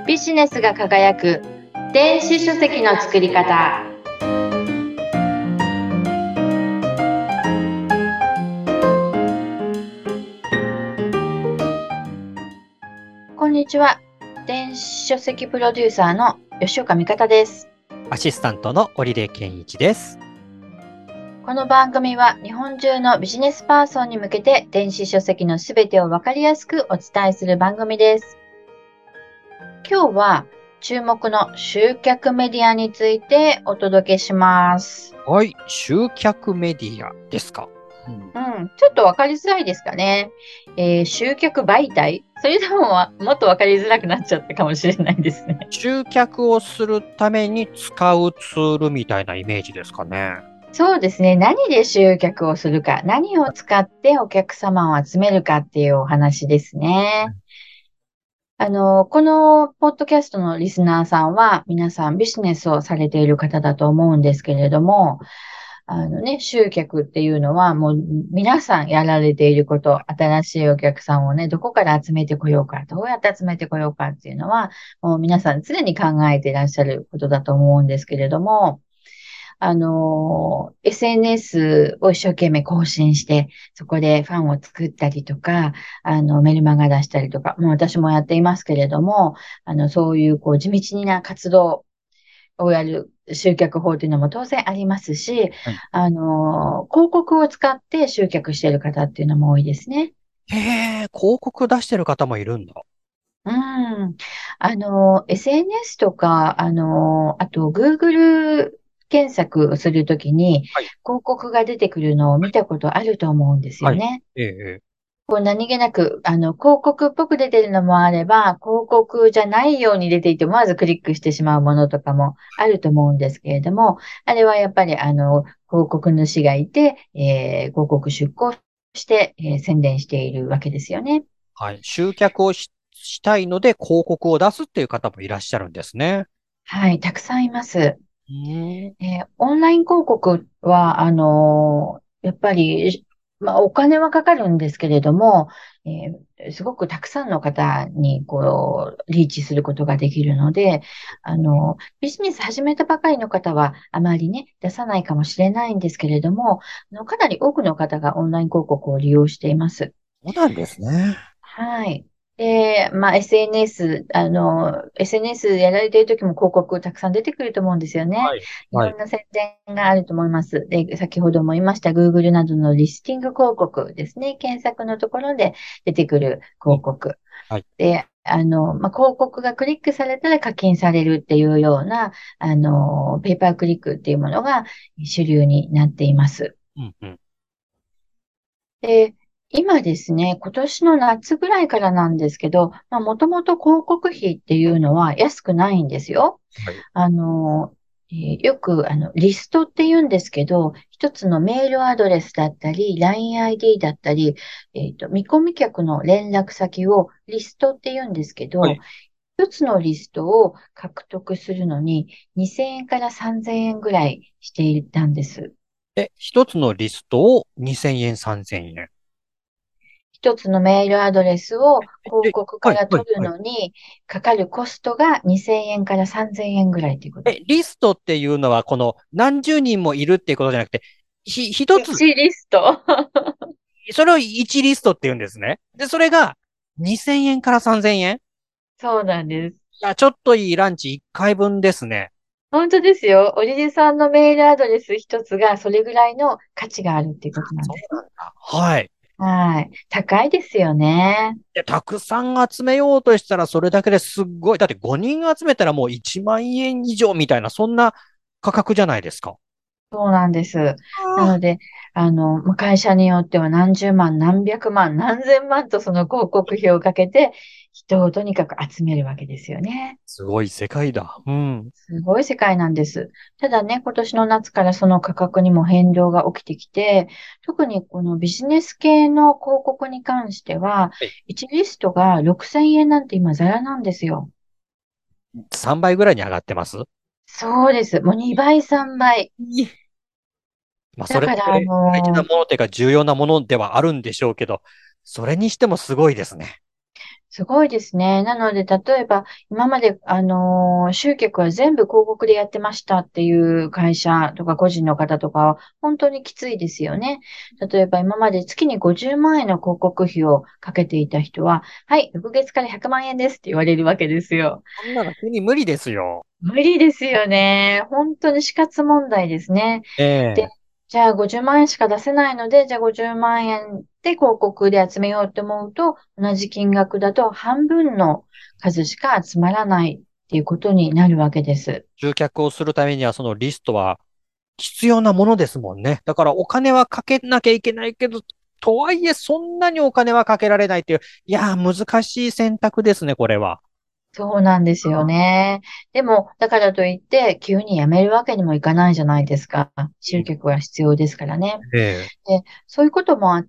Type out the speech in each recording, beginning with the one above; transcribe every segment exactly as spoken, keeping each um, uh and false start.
ビジネスが輝く電子書籍の作り方。こんにちは。電子書籍プロデューサーの吉岡美方です。 アシスタントの織出健一です。 この番組は日本中のビジネスパーソンに向けて電子書籍のすべてをわかりやすくお伝えする番組です。今日は注目の集客メディアについてお届けします。 はい、集客メディアですか。 うん、ちょっとわかりづらいですかね。えー、集客媒体それでももっとわかりづらくなっちゃったかもしれないですね。 集客をするために使うツールみたいなイメージですかね。 そうですね。何で集客をするか、何を使ってお客様を集めるかっていうお話ですね。あの、このポッドキャストのリスナーさんは皆さんビジネスをされている方だと思うんですけれども、あのね、集客っていうのはもう皆さんやられていること、新しいお客さんをね、どこから集めてこようか、どうやって集めてこようかっていうのは、もう皆さん常に考えていらっしゃることだと思うんですけれども、あの、エスエヌエス を一生懸命更新して、そこでファンを作ったりとか、あの、メルマガ出したりとか、もう私もやっていますけれども、あの、そういう、こう、地道な活動をやる集客法というのも当然ありますし、 はい。 あの、広告を使って集客している方っていうのも多いですね。 へえ、広告出してる方もいるんだ。 うん。あの、エスエヌエス とか、あの、あと Google 検索をするときにはい、 広告が出てくるのを見たことあると思うんですよはい。 ね。 ええ、 こう何気なく、あの、広告っぽく出てるのもあれば、広告じゃないように出ていて、思わずクリックしてしまうものとかもあると思うんですけれども、あれはやっぱり、あの、広告主がいて、えー広告出稿して、えー宣伝しているわけですよね。 はい。集客をし、したいので広告を出すっていう方もいらっしゃるんですね。 はい、たくさんいます。 うーん。 えーオンライン広告は、あのーやっぱり、まあ、お金はかかるんですけれども、えーすごくたくさんの方に、こう、リーチすることができるので、あの、ビジネス始めたばかりの方は、あまりね、出さないかもしれないんですけれども、あのかなり多くの方がオンライン広告を利用しています。 そうなんですね。 はい。で、まあ、エスエヌエス、あの、エスエヌエス やられている時も広告たくさん出てくると思うんですよね。 はい。はい。 いろんな宣伝があると思います。で、先ほども言いました Google などのリスティング広告ですね。検索のところで出てくるうん。 広告。 はい。 で、あの、まあ、広告がクリックされたら課金されるっていうような、あの、ペーパークリックっていうものが主流になっています。 うん、うん。 で、今ですね、今年の夏ぐらいからなんですけど、まあ、もともと広告費っていうのは安くないんですよ。 はい。 あの、えーよく、あの、リストって言うんですけど、一つのメールアドレスだったり、ライン アイディー だったり、えっと、見込み客の連絡先をリストって言うんですけど、 はい。 一つのリストを獲得するのににせんえんからさんぜんえんぐらいしていたんです。 え、一つのリストをにせんえん、さんぜんえん。 一つのメールアドレスを広え、はい、 告から取はい、はい。 るのにかかるコストがにせんえんからさんぜんえんぐらいということ。 え、リストっていうのは、この何十人もいるっていうことじゃなくて、ひ、一つ、 いちリスト。 それをいちリストって言うんですね。で、それがにせんえんからさんぜんえん。いそうなんです。 や、ちょっといいランチいっかいぶんですね。 本当ですよ。オリジさんのメールアドレス一つがそれぐらいの価値があるっていうことなんそうですね。 なんだ。はい。 はい。高いですよね。 で、たくさん集めようとしたら、それだけですっごい。だってごにん集めたらもういちまん円以上みたいな、そんな価格じゃないですか。 そうなんです。なああ、 ので、あの、まあ会社によっては何十万、何百万、何千万とその広告費をかけて人をとにかく集めるわけですよね。 すごい世界だ。うん。 すごい世界なんです。ただね、今年の夏からその価格にも変動が起きてきて、特にこのビジネス系の広告に関しては、 はい。 いちリストがろくせんえんなんて今ザラなんですよ。 さんばいぐらいに上がってます。 そうです。もうにばい、さんばい。 いまあ、それだだから、あけ大事なの、 ものっていうか重要なものではあるんでしょうけど、それにしてもすごいですね。 すごいですね。なので、例えば、今まで、あのー集客は全部広告でやってましたっていう会社とか個人の方とかは、本当にきついですよね。例えば、今まで月にごじゅうまん円の広告費をかけていた人は、はい、翌月からひゃくまん円ですって言われるわけですよ。 そんなの急に無理ですよ。 無理ですよね。本当に死活問題ですね。で、 ええ。 じゃあごじゅうまん円しか出せないので、じゃあごじゅうまん円で広告で集めようって思うと、同じ金額だと半分の数しか集まらないっていうことになるわけです。 集客をするためにはそのリストは必要なものですもんね。だからお金はかけなきゃいけないけど、とはいえそんなにお金はかけられないっていう、いやー、難しい選択ですね、これは。 そうなんですよね。でも、だからといって、急に辞めるわけにもいかないじゃないですか。集客は必要ですからね。 ええ。 で、そういうこともあって、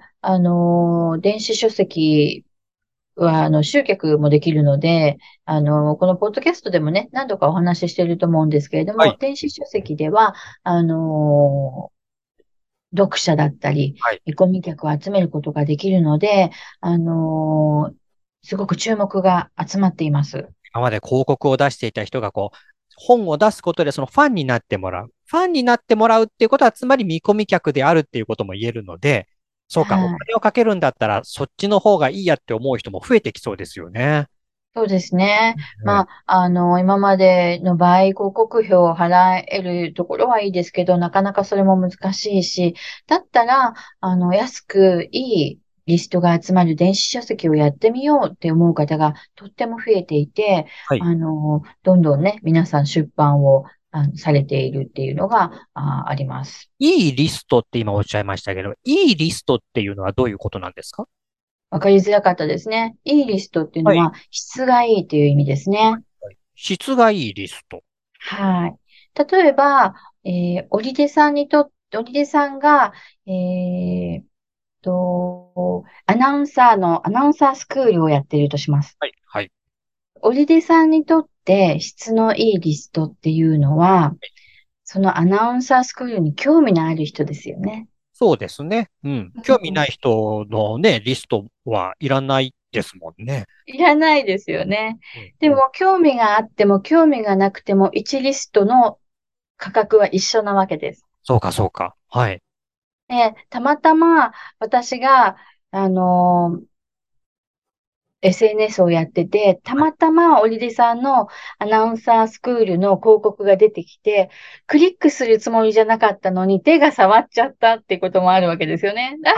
あのー電子書籍は、あの、集客もできるので、あの、このポッドキャストでもね、何度かお話ししていると思うんですけれども、 はい。 電子書籍では、あの、読者だったり、 はい。 見込み客を集めることができるので、あの、すごく注目が集まっています。 今まで広告を出していた人がこう、本を出すことでそのファンになってもらう。ファンになってもらうっていうことは、つまり見込み客であるっていうことも言えるので、そうか、おはい。 金をかけるんだったら、そっちの方がいいやって思う人も増えてきそうですよね。 そうですね。 ええ。 まあ、あの、今までの場合、広告費を払えるところはいいですけど、なかなかそれも難しいし、だったら、あの、安くいいリストが集まる電子書籍をやってみようって思う方がとっても増えていて、 はい。 あの、どんどんね、皆さん出版をあのされているっていうのがあ、あります。 いいリストって今おっしゃいましたけど、いいリストっていうのはどういうことなんですか？ わかりづらかったですね。いいリストっていうはい。 のは質がいいという意味ですね。 はい。質がいいリスト。 はい。例えば、えー、織出さんにとって、織出さんが、えーっと、アナウンサーの、アナウンサースクールをやっているとします。 はい。はい。 織出さんにとって質のいいリストっていうのは、そのアナウンサースクールに興味のある人ですよね。 そうですね。うん。興味ない人のね、リストはいらないですもんね。 いらないですよね。 うん。 でも、興味があっても、興味がなくても、いちリストの価格は一緒なわけです。 そうか、そうか。はい。 で、たまたま私が、あの、エスエヌエス をやってて、たはい。 またまオリリさんのアナウンサースクールの広告が出てきて、クリックするつもりじゃなかったのに手が触っちゃったっていうこともあるわけですよね。あーって。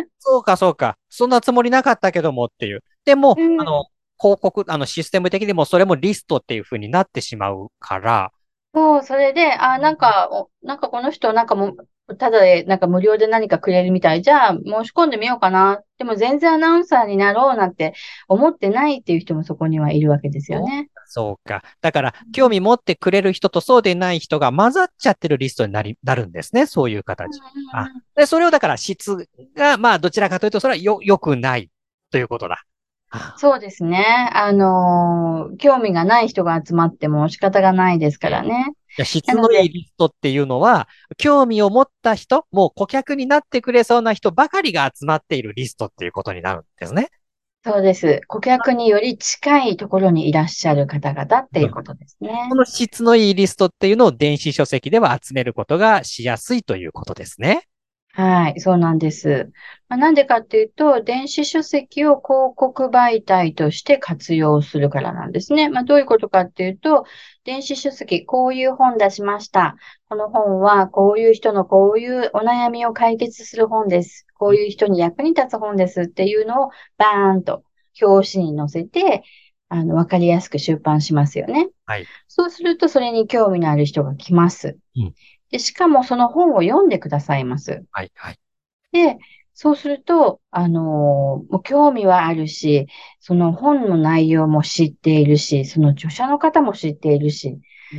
そうか、そうか。そんなつもりなかったけどもっていう。でも、 うん。 あの、広告、あの、システム的にもそれもリストっていう風になってしまうから、 そう、それで、あ、なんか、おなんかこの人、なんかもう、ただで、なんか無料で何かくれるみたい。じゃあ、申し込んでみようかな。でも全然アナウンサーになろうなんて思ってないっていう人もそこにはいるわけですよそうね。 か、そうか。だから、興味持ってくれる人とそうでない人が混ざっちゃってるリストになり、なるんですね。そういう形。あ、で、それをだから質が、まあ、どちらかというと、それはよ、良くないということだ。あ、 そうですね。あのー興味がない人が集まっても仕方がないですかええ。 らね。 じゃあ質のいいなので、 リストっていうのは、興味を持った人、もう顧客になってくれそうな人ばかりが集まっているリストっていうことになるんですね。 そうです。顧客により近いところにいらっしゃる方々っていうことですね。 この質のいいリストっていうのを電子書籍では集めることがしやすいということですね。 はい、そうなんです。まあ、なんでかっていうと、電子書籍を広告媒体として活用するからなんですね。まあ、どういうことかっていうと、電子書籍、こういう本出しました。この本は、こういう人のこういうお悩みを解決する本です。こういう人に役に立つ本ですっていうのをバーンと表紙に載せて、あの、わかりやすく出版しますよね。 はい。 そうすると、それに興味のある人が来ます。 うん。 で、しかもその本を読んでくださいます。 はい。はい。 で、そうすると、あのーもう興味はあるし、その本の内容も知っているし、その著者の方も知っているし、 うん。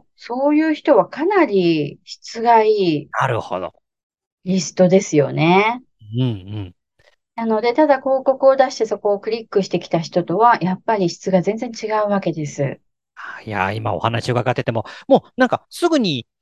もうそういう人はかなり質がいいなるほど。 リストですよね。 うん。うん。 なので、ただ広告を出してそこをクリックしてきた人とは、やっぱり質が全然違うわけです。 いやー、今お話を伺ってても、もうなんかすぐに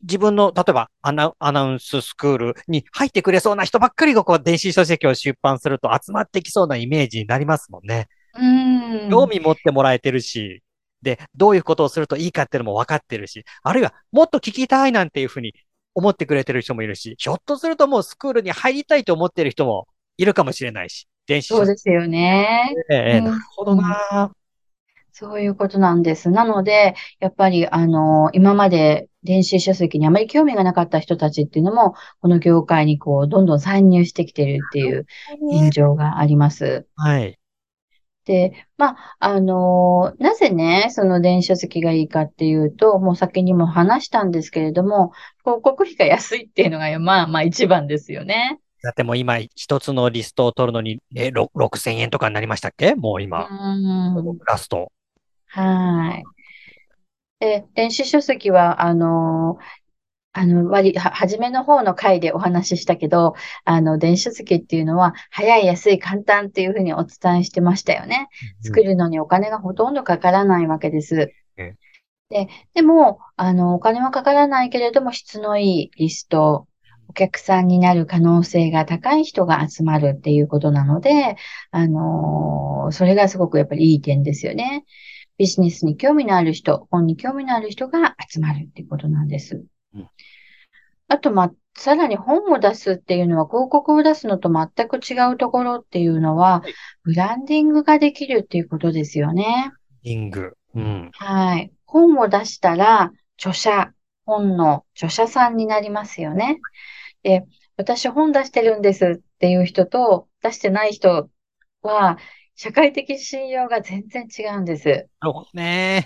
自分の、例えばアナ、アナウンススクールに入ってくれそうな人ばっかりがこう電子書籍を出版すると集まってきそうなイメージになりますもんね。 うーん。 興味持ってもらえてるし、で、どういうことをするといいかっていうのも分かってるし、あるいはもっと聞きたいなんていうふうに思ってくれてる人もいるし、ひょっとするともうスクールに入りたいと思ってる人もいるかもしれないし、電子書籍。 そうですよね。 ええ、ええなるうん。 ほどうん。 な。 そういうことなんです。なので、やっぱり、あの、今まで電子書籍にあまり興味がなかった人たちっていうのも、この業界にこう、どんどん参入してきてるっていう現ね。 状があります。 はい。 で、まあ、あの、なぜね、その電子書籍がいいかっていうと、もう先にも話したんですけれども、広告費が安いっていうのが、まあまあ一番ですよね。 だってもう今、一つのリストを取るのに、え、ろろくせんえんとかになりましたっけもうう今、 ーん。 ラスト。 はい。で、電子書籍は、あの、あの、割り、は、初めの方の回でお話ししたけど、あの、電子書籍っていうのは、早い、安い、簡単っていうふうにお伝えしてましたよね。 うん。 作るのにお金がほとんどかからないわけです。 えで、でも、あの、お金はかからないけれども、質のいいリスト、お客さんになる可能性が高い人が集まるっていうことなので、あの、それがすごくやっぱりいい点ですよね。ビジネスに興味のある人、本に興味のある人が集まるっていうことなんです。 うん。 あと、まあ、さらに本を出すっていうのは、広告を出すのと全く違うところっていうのは、 はい。 ブランディングができるっていうことですよね。 リング。うん。 はい。本を出したら、著者、本の著者さんになりますよね。で、私本出してるんですっていう人と出してない人は、社会的信用が全然違うんです。 なるほどね。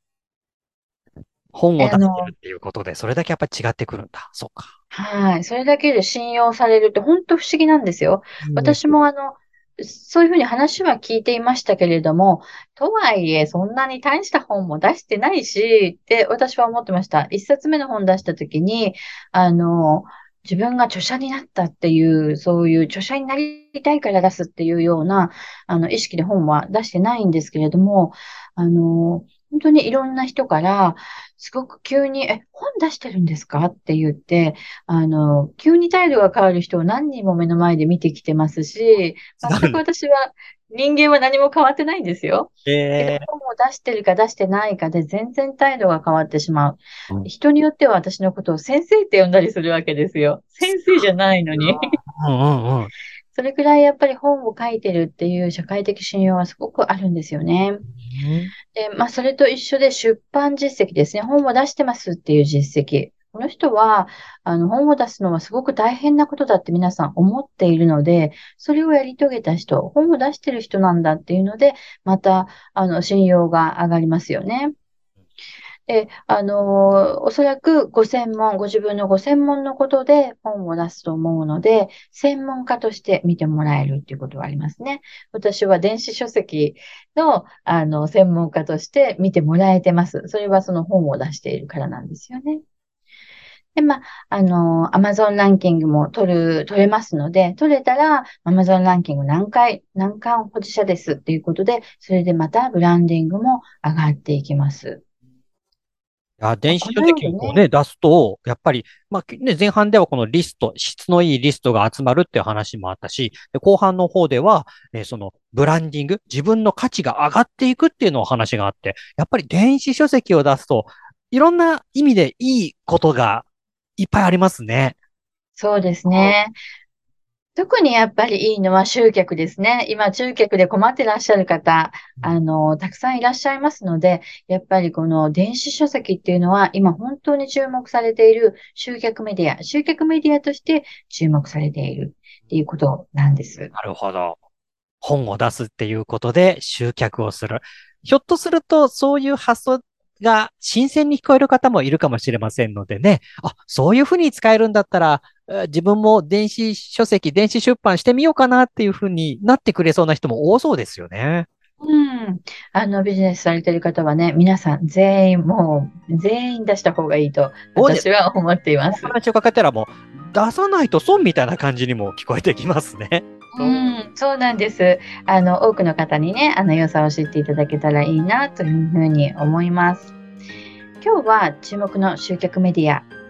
本を出してるあの、 っていうことで、それだけやっぱり違ってくるんだ。そうか。 はい。それだけで信用されるって本当不思議なんですよ。 うん。 私もあの、そういうふうに話は聞いていましたけれども、とはいえ、そんなに大した本も出してないし、って私は思ってました。一冊目の本出した時に、あの、自分が著者になったっていう、そういう著者になりたいから出すっていうような、あの、意識で本は出してないんですけれども、あの、本当にいろんな人から、すごく急に、え、本出してるんですかって言って、あの、急に態度が変わる人を何人も目の前で見てきてますし、全く違うんです。 私は、人間は何も変わってないんですよ。けど、 え本を出してるか出してないかで全然態度が変わってしまう。 ー、うん。 人によっては私のことを先生って呼んだりするわけですよ。先生じゃないのに。 うんうんうん。 それくらいやっぱり本を書いてるっていう社会的信用はすごくあるんですよね。 うん。 で、まあ、それと一緒で出版実績ですね。本を出してますっていう実績。この人は、あの、本を出すのはすごく大変なことだって皆さん思っているので、それをやり遂げた人、本を出してる人なんだっていうので、また、あの、信用が上がりますよね。で、あの、おそらくご専門、ご自分のご専門のことで本を出すと思うので、専門家として見てもらえるっていうことはありますね。私は電子書籍の、あの、専門家として見てもらえてます。それはその本を出しているからなんですよね。で、まあ、あの、Amazon ランキングも取る、取れますので、取れたら Amazon ランキング何回、何冠保持者ですっていうことで、それでまたブランディングも上がっていきます。 いや、 まあ、 電子書このようにね、 籍をこうね、出すと、やっぱり、まあ、ね、前半ではこのリスト、質のいいリストが集まるっていう話もあったし、で後半の方では、えーそのブランディング、自分の価値が上がっていくっていうのを話があって、やっぱり電子書籍を出すと、いろんな意味でいいことがいっぱいありますね。 そうですね。特にやっぱりいいのは集客ですね。今、集客で困ってらっしゃる方、 うん。 あの、たくさんいらっしゃいますので、やっぱりこの電子書籍っていうのは、今本当に注目されている集客メディア、集客メディアとして注目されているっていうことなんです。 なるほど。本を出すっていうことで集客をする。ひょっとすると、そういう発想が新鮮に聞こえる方もいるかもしれませんのでね。あ、そういうふうに使えるんだったら、え自分も電子書籍、電子出版してみようかなっていうふうになってくれそうな人も多そうですよね。 うん。あの、ビジネスされている方はね、皆さん全員もう、全員出した方がいいとそうです。 私は思っていまおす。 話を伺ったらもう、出さないと損みたいな感じにも聞こえてきますね。 うそう。 ん、そうなんです。あの、多くの方にね、あの、良さを知っていただけたらいいなというふうに思います。今日は注目の集客メディア、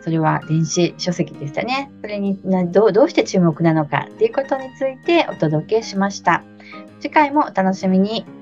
それは電子書籍でしたね。それになどう、どうして注目なのかっていうことについてお届けしました。次回もお楽しみに。